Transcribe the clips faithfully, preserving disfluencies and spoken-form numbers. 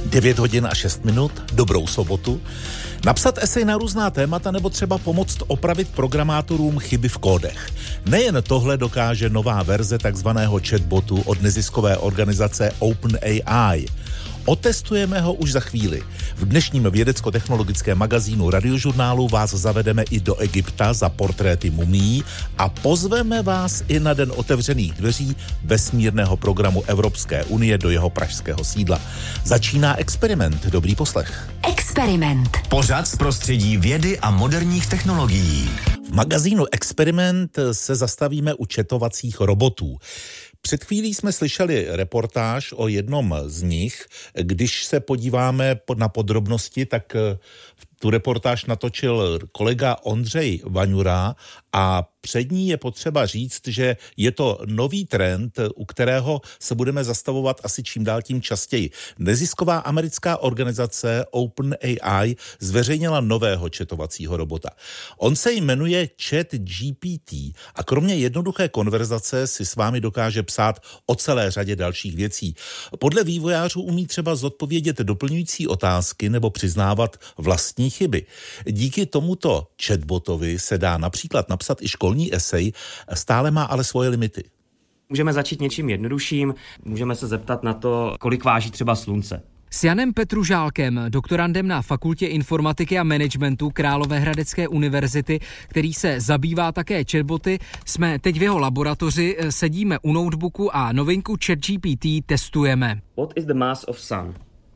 devět hodin a šest minut, dobrou sobotu. Napsat esej na různá témata nebo třeba pomoct opravit programátorům chyby v kódech. Nejen tohle dokáže nová verze takzvaného chatbotu od neziskové organizace OpenAI. Otestujeme ho už za chvíli. V dnešním vědecko-technologickém magazínu Radiožurnálu vás zavedeme i do Egypta za portréty mumií a pozveme vás i na den otevřených dveří vesmírného programu Evropské unie do jeho pražského sídla. Začíná Experiment. Dobrý poslech. Experiment. Pořad z prostředí vědy a moderních technologií. V magazínu Experiment se zastavíme u četovacích robotů. Před chvílí jsme slyšeli reportáž o jednom z nich. Když se podíváme na podrobnosti, tak tu reportáž natočil kolega Ondřej Vaňura a před ní je potřeba říct, že je to nový trend, u kterého se budeme zastavovat asi čím dál tím častěji. Nezisková americká organizace OpenAI zveřejnila nového četovacího robota. On se jmenuje ChatGPT a kromě jednoduché konverzace si s vámi dokáže psát o celé řadě dalších věcí. Podle vývojářů umí třeba zodpovědět doplňující otázky nebo přiznávat vlastní chyby. Díky tomuto chatbotovi se dá například napsat i školní esej, stále má ale svoje limity. Můžeme začít něčím jednodušším, můžeme se zeptat na to, kolik váží třeba slunce. S Janem Petružálkem, doktorandem na Fakultě informatiky a managementu Královéhradecké univerzity, který se zabývá také chatboty, jsme teď v jeho laboratoři, sedíme u notebooku a novinku ChatGPT testujeme. What is the mass of sun?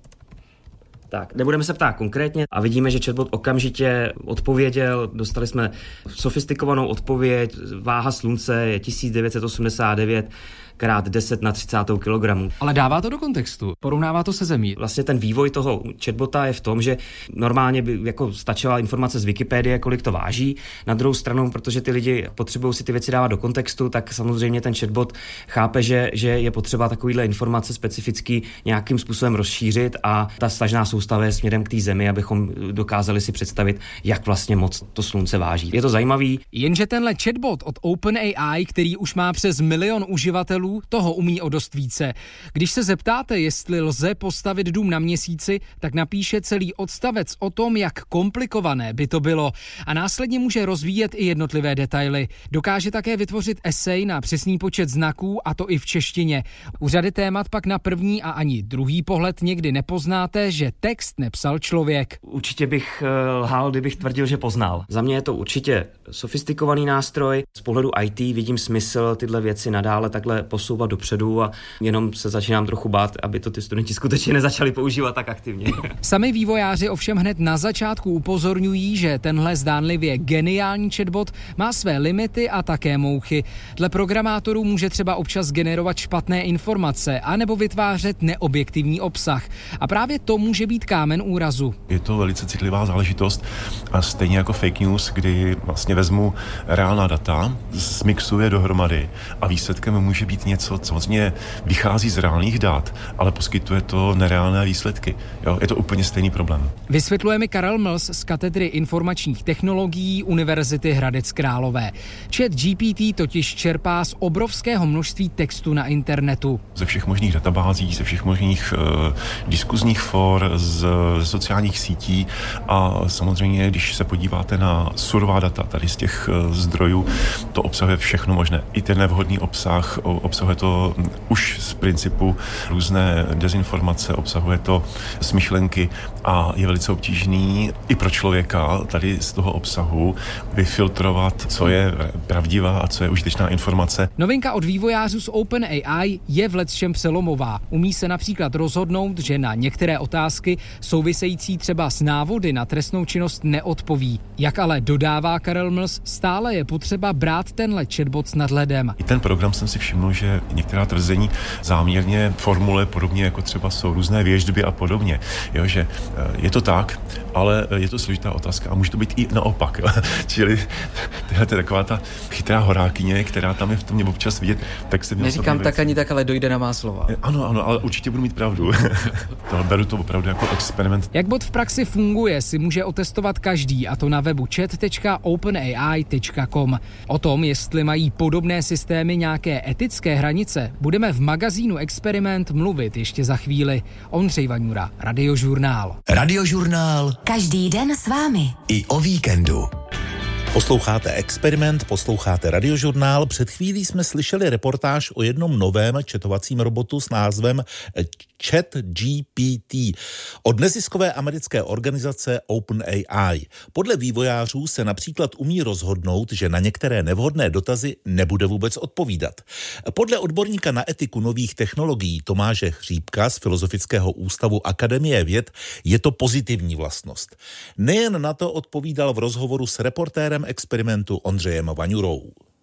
Tak, nebudeme se ptát konkrétně a vidíme, že chatbot okamžitě odpověděl, dostali jsme sofistikovanou odpověď, váha slunce je tisíc devět set osmdesát devět krát deset na třicet kilogramů. Ale dává to do kontextu, porovnává to se zemí. Vlastně ten vývoj toho chatbota je v tom, že normálně by jako stačila informace z Wikipedie, kolik to váží. Na druhou stranu, protože ty lidi potřebují si ty věci dávat do kontextu, tak samozřejmě ten chatbot chápe, že, že je potřeba takovýhle informace specificky nějakým způsobem rozšířit a ta stažná soustava je směrem k té zemi, abychom dokázali si představit, jak vlastně moc to slunce váží. Je to zajímavý. Jenže tenhle chatbot od OpenAI, který už má přes milion uživatelů, toho umí o dost více. Když se zeptáte, jestli lze postavit dům na měsíci, tak napíše celý odstavec o tom, jak komplikované by to bylo. A následně může rozvíjet i jednotlivé detaily. Dokáže také vytvořit esej na přesný počet znaků, a to i v češtině. U řady témat pak na první a ani druhý pohled někdy nepoznáte, že text nepsal člověk. Určitě bych lhal, kdybych tvrdil, že poznal. Za mě je to určitě sofistikovaný nástroj. Z pohledu í té vidím smysl tyhle věci nadále takhle posouvat dopředu a jenom se začínám trochu bát, aby to ty studenti skutečně nezačali používat tak aktivně. Sami vývojáři ovšem hned na začátku upozorňují, že tenhle zdánlivě geniální chatbot má své limity a také mouchy. Dle programátorů může třeba občas generovat špatné informace anebo vytvářet neobjektivní obsah. A právě to může být kámen úrazu. Je to velice citlivá záležitost a stejně jako fake news, kdy vlastně vezmu reálná data, zmixuje dohromady a výsledkem může být něco, co samozřejmě vychází z reálných dat, ale poskytuje to nereálné výsledky. Jo, je to úplně stejný problém. Vysvětluje mi Karel Mls z katedry informačních technologií Univerzity Hradec Králové. ChatGPT totiž čerpá z obrovského množství textu na internetu. Ze všech možných databází, ze všech možných uh, diskuzních for, z, ze sociálních sítí a samozřejmě, když se podíváte na surová data tady z těch uh, zdrojů, to obsahuje všechno možné. I ten nevhodný obsah, obsahuje to už z principu různé dezinformace, obsahuje to smyšlenky a je velice obtížný i pro člověka tady z toho obsahu vyfiltrovat, co je pravdivá a co je užitečná informace. Novinka od vývojářů z OpenAI je v lecčem přelomová. Umí se například rozhodnout, že na některé otázky související třeba s návody na trestnou činnost neodpoví. Jak ale dodává Karel Mls, stále je potřeba brát tenhle chatbot s nadhledem. I ten program jsem si všiml, že některá tvrzení záměrně formule podobně jako třeba jsou různé věždby a podobně. Jo, že je to tak, ale je to složitá otázka a může to být i naopak. Jo. Čili tohle je taková ta chytrá horákyně, která tam je v tom mě občas vidět. Tak se Neříkám tak ani tak, ale dojde na má slova. Ano, ano, ale určitě budu mít pravdu. To beru to opravdu jako experiment. Jak bot v praxi funguje, si může otestovat každý, a to na webu chat tečka openai tečka com. O tom, jestli mají podobné systémy nějaké etické etické hranice budeme v magazínu Experiment mluvit ještě za chvíli. Ondřej Vaňura, Radiožurnál. Radiožurnál. Každý den s vámi. I o víkendu. Posloucháte Experiment, posloucháte Radiožurnál. Před chvílí jsme slyšeli reportáž o jednom novém četovacím robotu s názvem ChatGPT od neziskové americké organizace OpenAI. Podle vývojářů se například umí rozhodnout, že na některé nevhodné dotazy nebude vůbec odpovídat. Podle odborníka na etiku nových technologií Tomáše Hříbka z Filozofického ústavu Akademie věd je to pozitivní vlastnost. Nejen na to odpovídal v rozhovoru s reportérem Experimentu Ondřejem Vaňurou.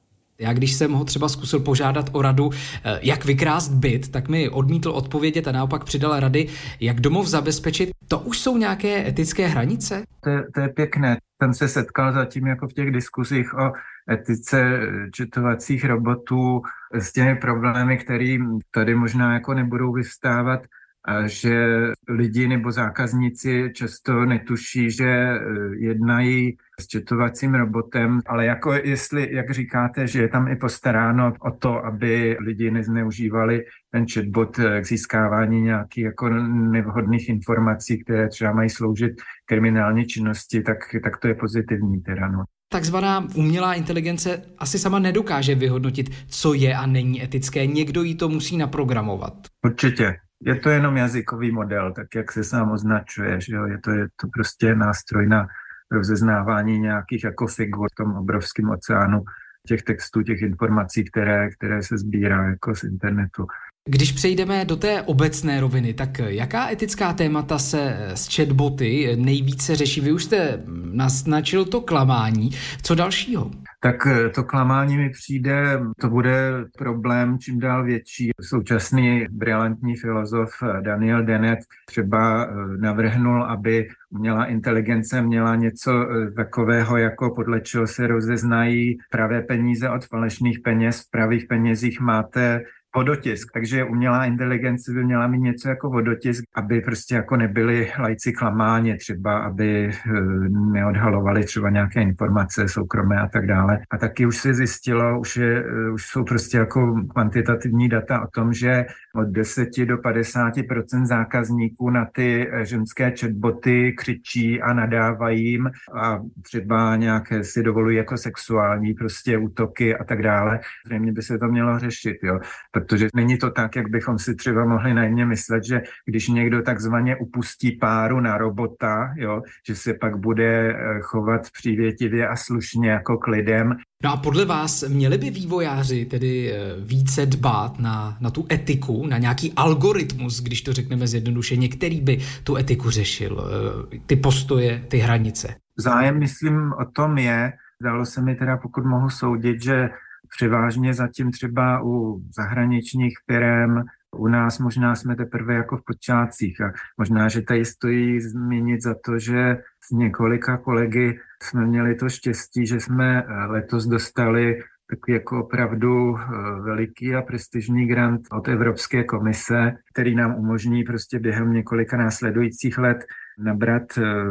Já když jsem ho třeba zkusil požádat o radu, jak vykrást byt, tak mi odmítl odpovědět a naopak přidal rady, jak domov zabezpečit. To už jsou nějaké etické hranice? To je, to je pěkné. Jsem se setkal zatím jako v těch diskuzích o etice četovacích robotů s těmi problémy, které tady možná jako nebudou vyvstávat, a že lidi nebo zákazníci často netuší, že jednají s četovacím robotem, ale jako jestli, jak říkáte, že je tam i postaráno o to, aby lidi nezneužívali ten chatbot k získávání nějakých jako nevhodných informací, které třeba mají sloužit kriminální činnosti, tak, tak to je pozitivní teda, no. Takzvaná umělá inteligence asi sama nedokáže vyhodnotit, co je a není etické. Někdo jí to musí naprogramovat. Určitě. Je to jenom jazykový model, tak jak se sám označuje, že jo? Je to, je to prostě nástroj na rozeznávání nějakých jako figur v tom obrovském oceánu těch textů, těch informací, které, které se sbírá jako z internetu. Když přejdeme do té obecné roviny, tak jaká etická témata se s chatboty nejvíce řeší? Vy už jste naznačil to klamání. Co dalšího? Tak to klamání mi přijde, to bude problém čím dál větší. Současný brilantní filozof Daniel Dennett třeba navrhnul, aby umělá inteligence měla něco takového, jako podle čeho se rozeznají pravé peníze od falešných peněz. V pravých penězích máte vodotisk, takže umělá inteligence by měla mít něco jako vodotisk, aby prostě jako nebyli lajci klamáni, třeba aby neodhalovali třeba nějaké informace soukromé a tak dále. A taky už se zjistilo, už, je, už jsou prostě jako kvantitativní data o tom, že od deset do padesáti procent zákazníků na ty ženské chatboty křičí a nadávají jim a třeba nějaké si dovolují jako sexuální prostě útoky a tak dále. Zřejmě by se to mělo řešit, jo. Protože není to tak, jak bychom si třeba mohli naivně myslet, že když někdo takzvaně upustí páru na robota, jo, že se pak bude chovat přívětivě a slušně jako k lidem. No a podle vás měli by vývojáři tedy více dbát na, na tu etiku, na nějaký algoritmus, když to řekneme zjednodušeně, který by tu etiku řešil, ty postoje, ty hranice? Zájem, myslím, o tom je. Dalo se mi teda, pokud mohu soudit, že převážně zatím třeba u zahraničních firem, u nás možná jsme teprve jako v počátcích a možná, že tady stojí zmínit za to, že s několika kolegy jsme měli to štěstí, že jsme letos dostali takový jako opravdu veliký a prestižní grant od Evropské komise, který nám umožní prostě během několika následujících let nabrat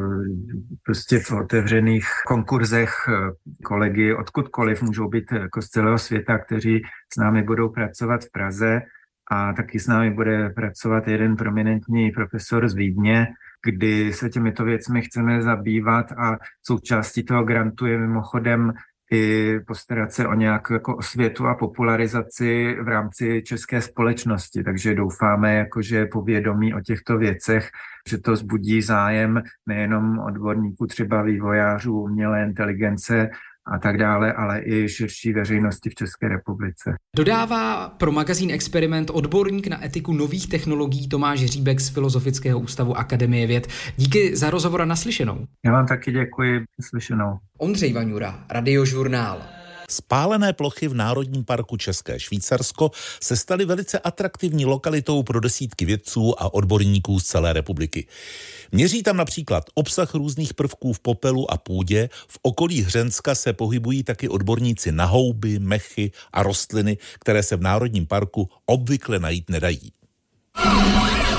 prostě v otevřených konkurzech kolegy odkudkoliv, můžou být jako z celého světa, kteří s námi budou pracovat v Praze a taky s námi bude pracovat jeden prominentní profesor z Vídně, kdy se těmito věcmi chceme zabývat a součástí toho grantu je mimochodem i postarat se o nějakou jako osvětu a popularizaci v rámci české společnosti. Takže doufáme, jako, že povědomí o těchto věcech, že to vzbudí zájem nejenom odborníků, třeba vývojářů umělé inteligence a tak dále, ale i širší veřejnosti v České republice. Dodává pro magazín Experiment odborník na etiku nových technologií Tomáš Hříbek z Filozofického ústavu Akademie věd. Díky za rozhovor a naslyšenou. Já vám taky děkuji, naslyšenou. Ondřej Vaňura, Radiožurnál. Spálené plochy v Národním parku České Švýcarsko se staly velice atraktivní lokalitou pro desítky vědců a odborníků z celé republiky. Měří tam například obsah různých prvků v popelu a půdě, v okolí Hřenska se pohybují taky odborníci na houby, mechy a rostliny, které se v Národním parku obvykle najít nedají.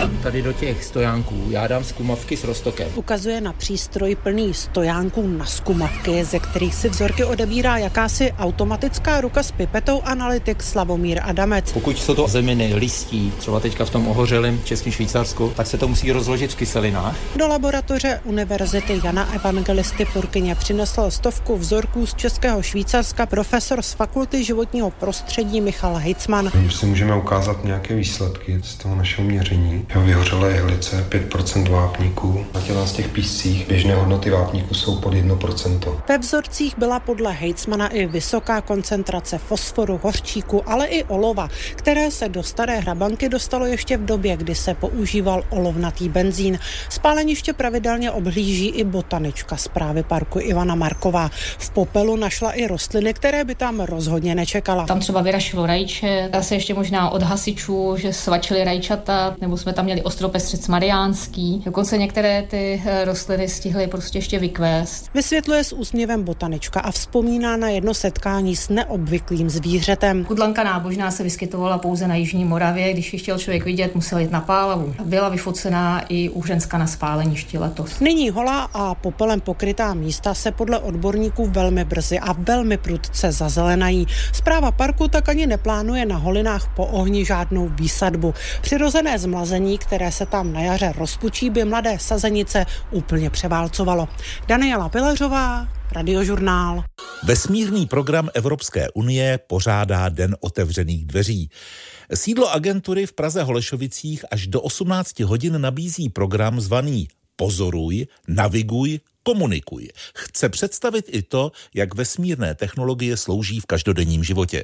Tady do těch stojánků já dám zkumavky s roztokem. Ukazuje na přístroj plný stojánků na zkumavky, ze kterých si vzorky odebírá jakási automatická ruka s pipetou, analytik Slavomír Adamec. Pokud jsou to zeminy, listí, třeba teďka v tom ohořelém Českém Švýcarsku, tak se to musí rozložit v kyselinách. Do laboratoře Univerzity Jana Evangelisty Purkyně přinesl stovku vzorků z Českého Švýcarska profesor z Fakulty životního prostředí Michal Hejcman. My si můžeme ukázat nějaké výsledky z toho našeho měření. Jo, vyhořelé jehlice, pět procent vápníků. Na těla z těch píscích běžné hodnoty vápníků jsou pod jedno procento. Ve vzorcích byla podle Hejcmana i vysoká koncentrace fosforu, hořčíku, ale i olova, které se do Staré Hrabanky dostalo ještě v době, kdy se používal olovnatý benzín. Spáleniště pravidelně obhlíží i botanička Správy parku Ivana Marková. V popelu našla i rostliny, které by tam rozhodně nečekala. Tam třeba vyrašilo rajče, asi ještě možná od hasičů, že svačili rajčata, nebo jsme tam měli ostropestřec mariánský. Dokonce některé ty rostliny stihly prostě ještě vykvést. Vysvětluje s úsměvem botanička a vzpomíná na jedno setkání s neobvyklým zvířetem. Kudlanka nábožná se vyskytovala pouze na jižní Moravě, když ji chtěl člověk vidět, musel jít na Pálavu. Byla vyfocená i úhřenská na spáleništi letos. Nyní holá a popelem pokrytá místa se podle odborníků velmi brzy a velmi prudce zazelenají. Správa parku tak ani neplánuje na holinách po ohni žádnou výsadbu. Přirozené zmlazení, které se tam na jaře rozpučí, by mladé sazenice úplně převálcovalo. Daniela Pilařová, Radiožurnál. Vesmírný program Evropské unie pořádá Den otevřených dveří. Sídlo agentury v Praze Holešovicích až do osmnáct hodin nabízí program zvaný Pozoruj, naviguj, komunikuj. Chce představit i to, jak vesmírné technologie slouží v každodenním životě.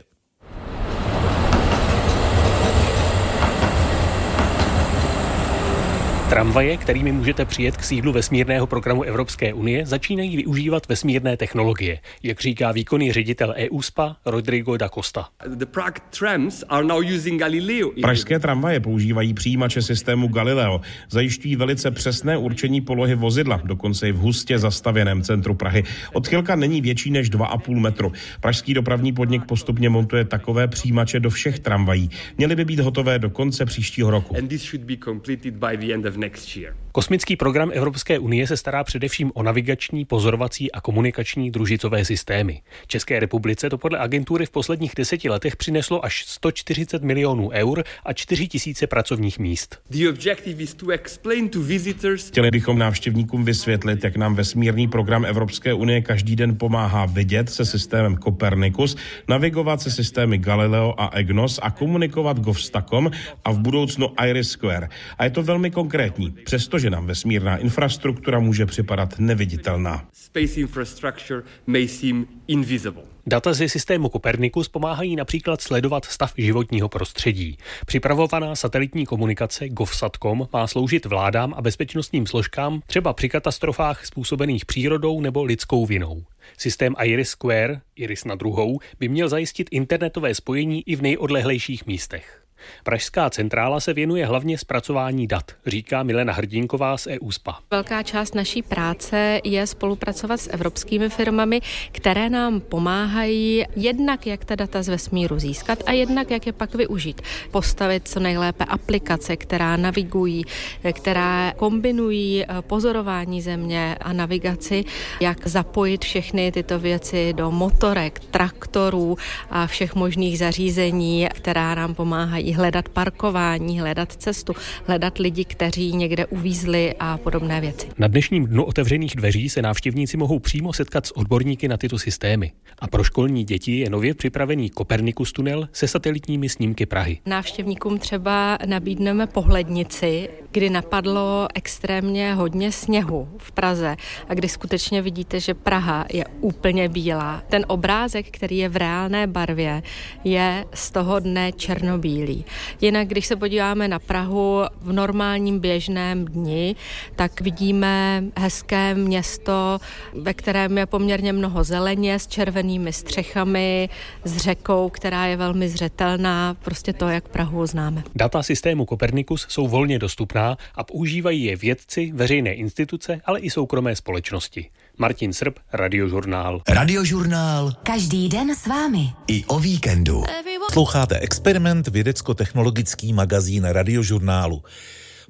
Tramvaje, kterými můžete přijet k sídlu vesmírného programu Evropské unie, začínají využívat vesmírné technologie, jak říká výkonný ředitel E U S P A Rodrigo da Costa. Pražské tramvaje používají přijímače systému Galileo, zajišťují velice přesné určení polohy vozidla, dokonce i v hustě zastavěném centru Prahy. Odchylka není větší než dva a půl metru. Pražský dopravní podnik postupně montuje takové přijímače do všech tramvají. Měly by být hotové do konce příštího roku. Kosmický program Evropské unie se stará především o navigační, pozorovací a komunikační družicové systémy. České republice to podle agentury v posledních deseti letech přineslo až sto čtyřicet milionů eur a čtyři tisíce pracovních míst. Chtěli bychom návštěvníkům vysvětlit, jak nám vesmírný program Evropské unie každý den pomáhá vidět se systémem Copernicus, navigovat se systémy Galileo a EGNOS a komunikovat Govsatcom a v budoucnu Iris Square. A je to velmi konkrétní. Přestože nám vesmírná infrastruktura může připadat neviditelná. Data ze systému Copernicus pomáhají například sledovat stav životního prostředí. Připravovaná satelitní komunikace Govsatcom má sloužit vládám a bezpečnostním složkám třeba při katastrofách způsobených přírodou nebo lidskou vinou. Systém Iris Square, Iris na druhou, by měl zajistit internetové spojení i v nejodlehlejších místech. Pražská centrála se věnuje hlavně zpracování dat, říká Milena Hrdinková z E U S P A. Velká část naší práce je spolupracovat s evropskými firmami, které nám pomáhají jednak, jak ta data z vesmíru získat a jednak, jak je pak využít. Postavit co nejlépe aplikace, která navigují, která kombinují pozorování země a navigaci, jak zapojit všechny tyto věci do motorek, traktorů a všech možných zařízení, která nám pomáhají hledat parkování, hledat cestu, hledat lidi, kteří někde uvízli a podobné věci. Na dnešním dnu otevřených dveří se návštěvníci mohou přímo setkat s odborníky na tyto systémy. A pro školní děti je nově připravený Copernicus tunel se satelitními snímky Prahy. Návštěvníkům třeba nabídneme pohlednici, kdy napadlo extrémně hodně sněhu v Praze a kdy skutečně vidíte, že Praha je úplně bílá. Ten obrázek, který je v reálné barvě, je z toho dne černobílý. Jinak, když se podíváme na Prahu v normálním běžném dni, tak vidíme hezké město, ve kterém je poměrně mnoho zeleně, s červenými střechami, s řekou, která je velmi zřetelná, prostě to, jak Prahu známe. Data systému Copernicus jsou volně dostupná a používají je vědci, veřejné instituce, ale i soukromé společnosti. Martin Srb, Radiožurnál. Radiožurnál. Každý den s vámi. I o víkendu. Sloucháte Experiment, vědecko-technologický magazín Radiožurnálu.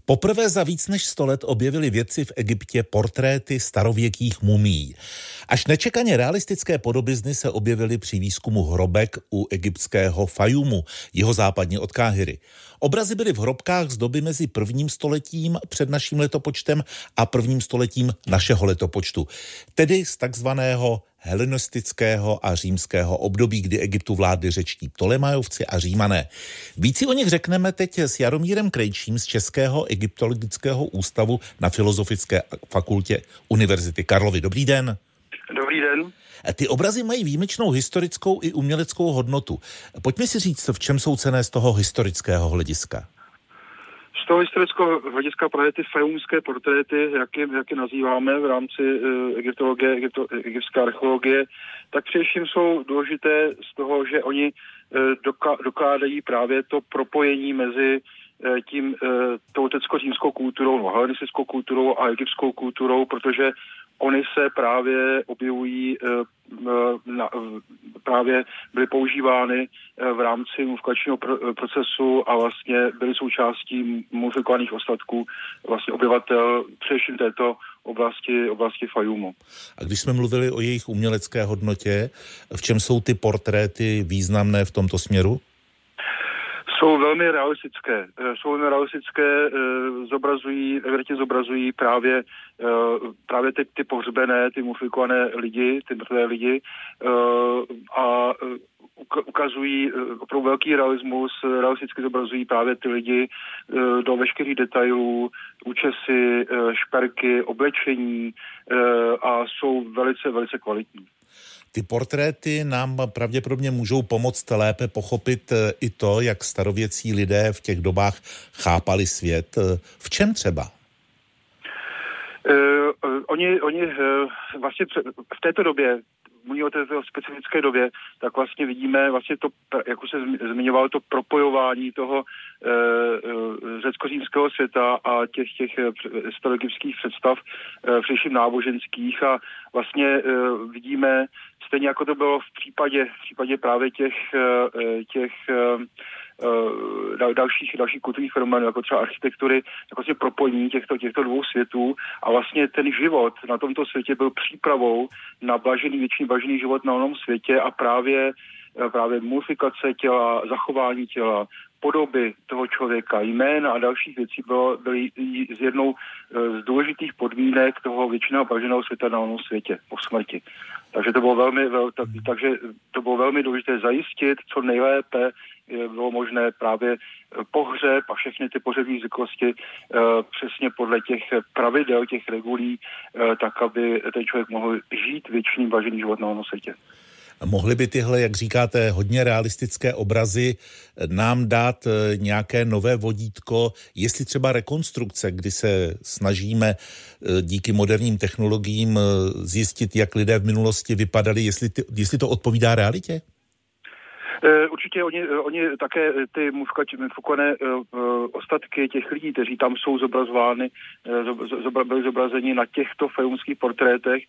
Poprvé za víc než sto let objevili vědci v Egyptě portréty starověkých mumií. Až nečekaně realistické podobizny se objevily při výzkumu hrobek u egyptského Fajumu, jihozápadně od Káhiry. Obrazy byly v hrobkách z doby mezi prvním stoletím před naším letopočtem a prvním stoletím našeho letopočtu, tedy z takzvaného helenistického a římského období, kdy Egyptu vládli řečtí Ptolemajovci a Římané. Víc si o nich řekneme teď s Jaromírem Krejčím z Českého egyptologického ústavu na Filozofické fakultě Univerzity Karlovy. Dobrý den. Dobrý den. Ty obrazy mají výjimečnou historickou i uměleckou hodnotu. Pojďme si říct, v čem jsou cenné z toho historického hlediska. Z toho historického hlediska právě ty fajumské portréty, jak je, jak je nazýváme v rámci uh, egyptologie, egypto, egyptské archeologie, tak především jsou důležité z toho, že oni uh, doka, dokládají právě to propojení mezi uh, tím uh, tou řecko-římskou kulturou, no, helenistickou kulturou a egyptskou kulturou, protože oni se právě objevují, na, právě byly používány v rámci mumifikačního procesu a vlastně byly součástí mumifikovaných ostatků vlastně obyvatel především této oblasti, oblasti Fajumu. A když jsme mluvili o jejich umělecké hodnotě, v čem jsou ty portréty významné v tomto směru? Jsou velmi realistické. Jsou velmi realistické, zobrazují, evidentně zobrazují právě, právě ty, ty pohřbené, ty mumifikované lidi, ty mrtvé lidi a ukazují opravdu velký realismus, realisticky zobrazují právě ty lidi do veškerých detailů, účesy, šperky, oblečení a jsou velice, velice kvalitní. Ty portréty nám pravděpodobně můžou pomoct lépe pochopit i to, jak starověcí lidé v těch dobách chápali svět. V čem třeba? Uh, oni, oni uh, vlastně v této době, mluví o této specifické době, tak vlastně vidíme vlastně to, jak už se zmiňovalo, to propojování toho uh, řecko-římského světa a těch, těch staroegyptských představ, uh, především náboženských, a vlastně uh, vidíme, stejně jako to bylo v případě, v případě právě těch, těch dalších, dalších kulturních fenoménů, jako třeba architektury, tak vlastně propojení těchto, těchto dvou světů, a vlastně ten život na tomto světě byl přípravou na blažený, věčný blažený život na onom světě a právě, právě mumifikace těla, zachování těla, podoby toho člověka, jména a dalších věcí bylo, byly z jednou z důležitých podmínek toho věčného blaženého světa na onom světě po smrti. Takže to bylo velmi, vel, tak, takže to bylo velmi důležité zajistit, co nejlépe bylo možné právě pohřeb a všechny ty pohřební zvyklosti přesně podle těch pravidel, těch regulí, tak, aby ten člověk mohl žít věčný blažený život na onom světě. Mohly by tyhle, jak říkáte, hodně realistické obrazy nám dát nějaké nové vodítko, jestli třeba rekonstrukce, kdy se snažíme díky moderním technologiím zjistit, jak lidé v minulosti vypadali, jestli, ty, jestli to odpovídá realitě? Určitě oni, oni také ty mumifikované ostatky těch lidí, kteří tam jsou zobrazovány, byli zobrazeni na těchto fajumských portrétech,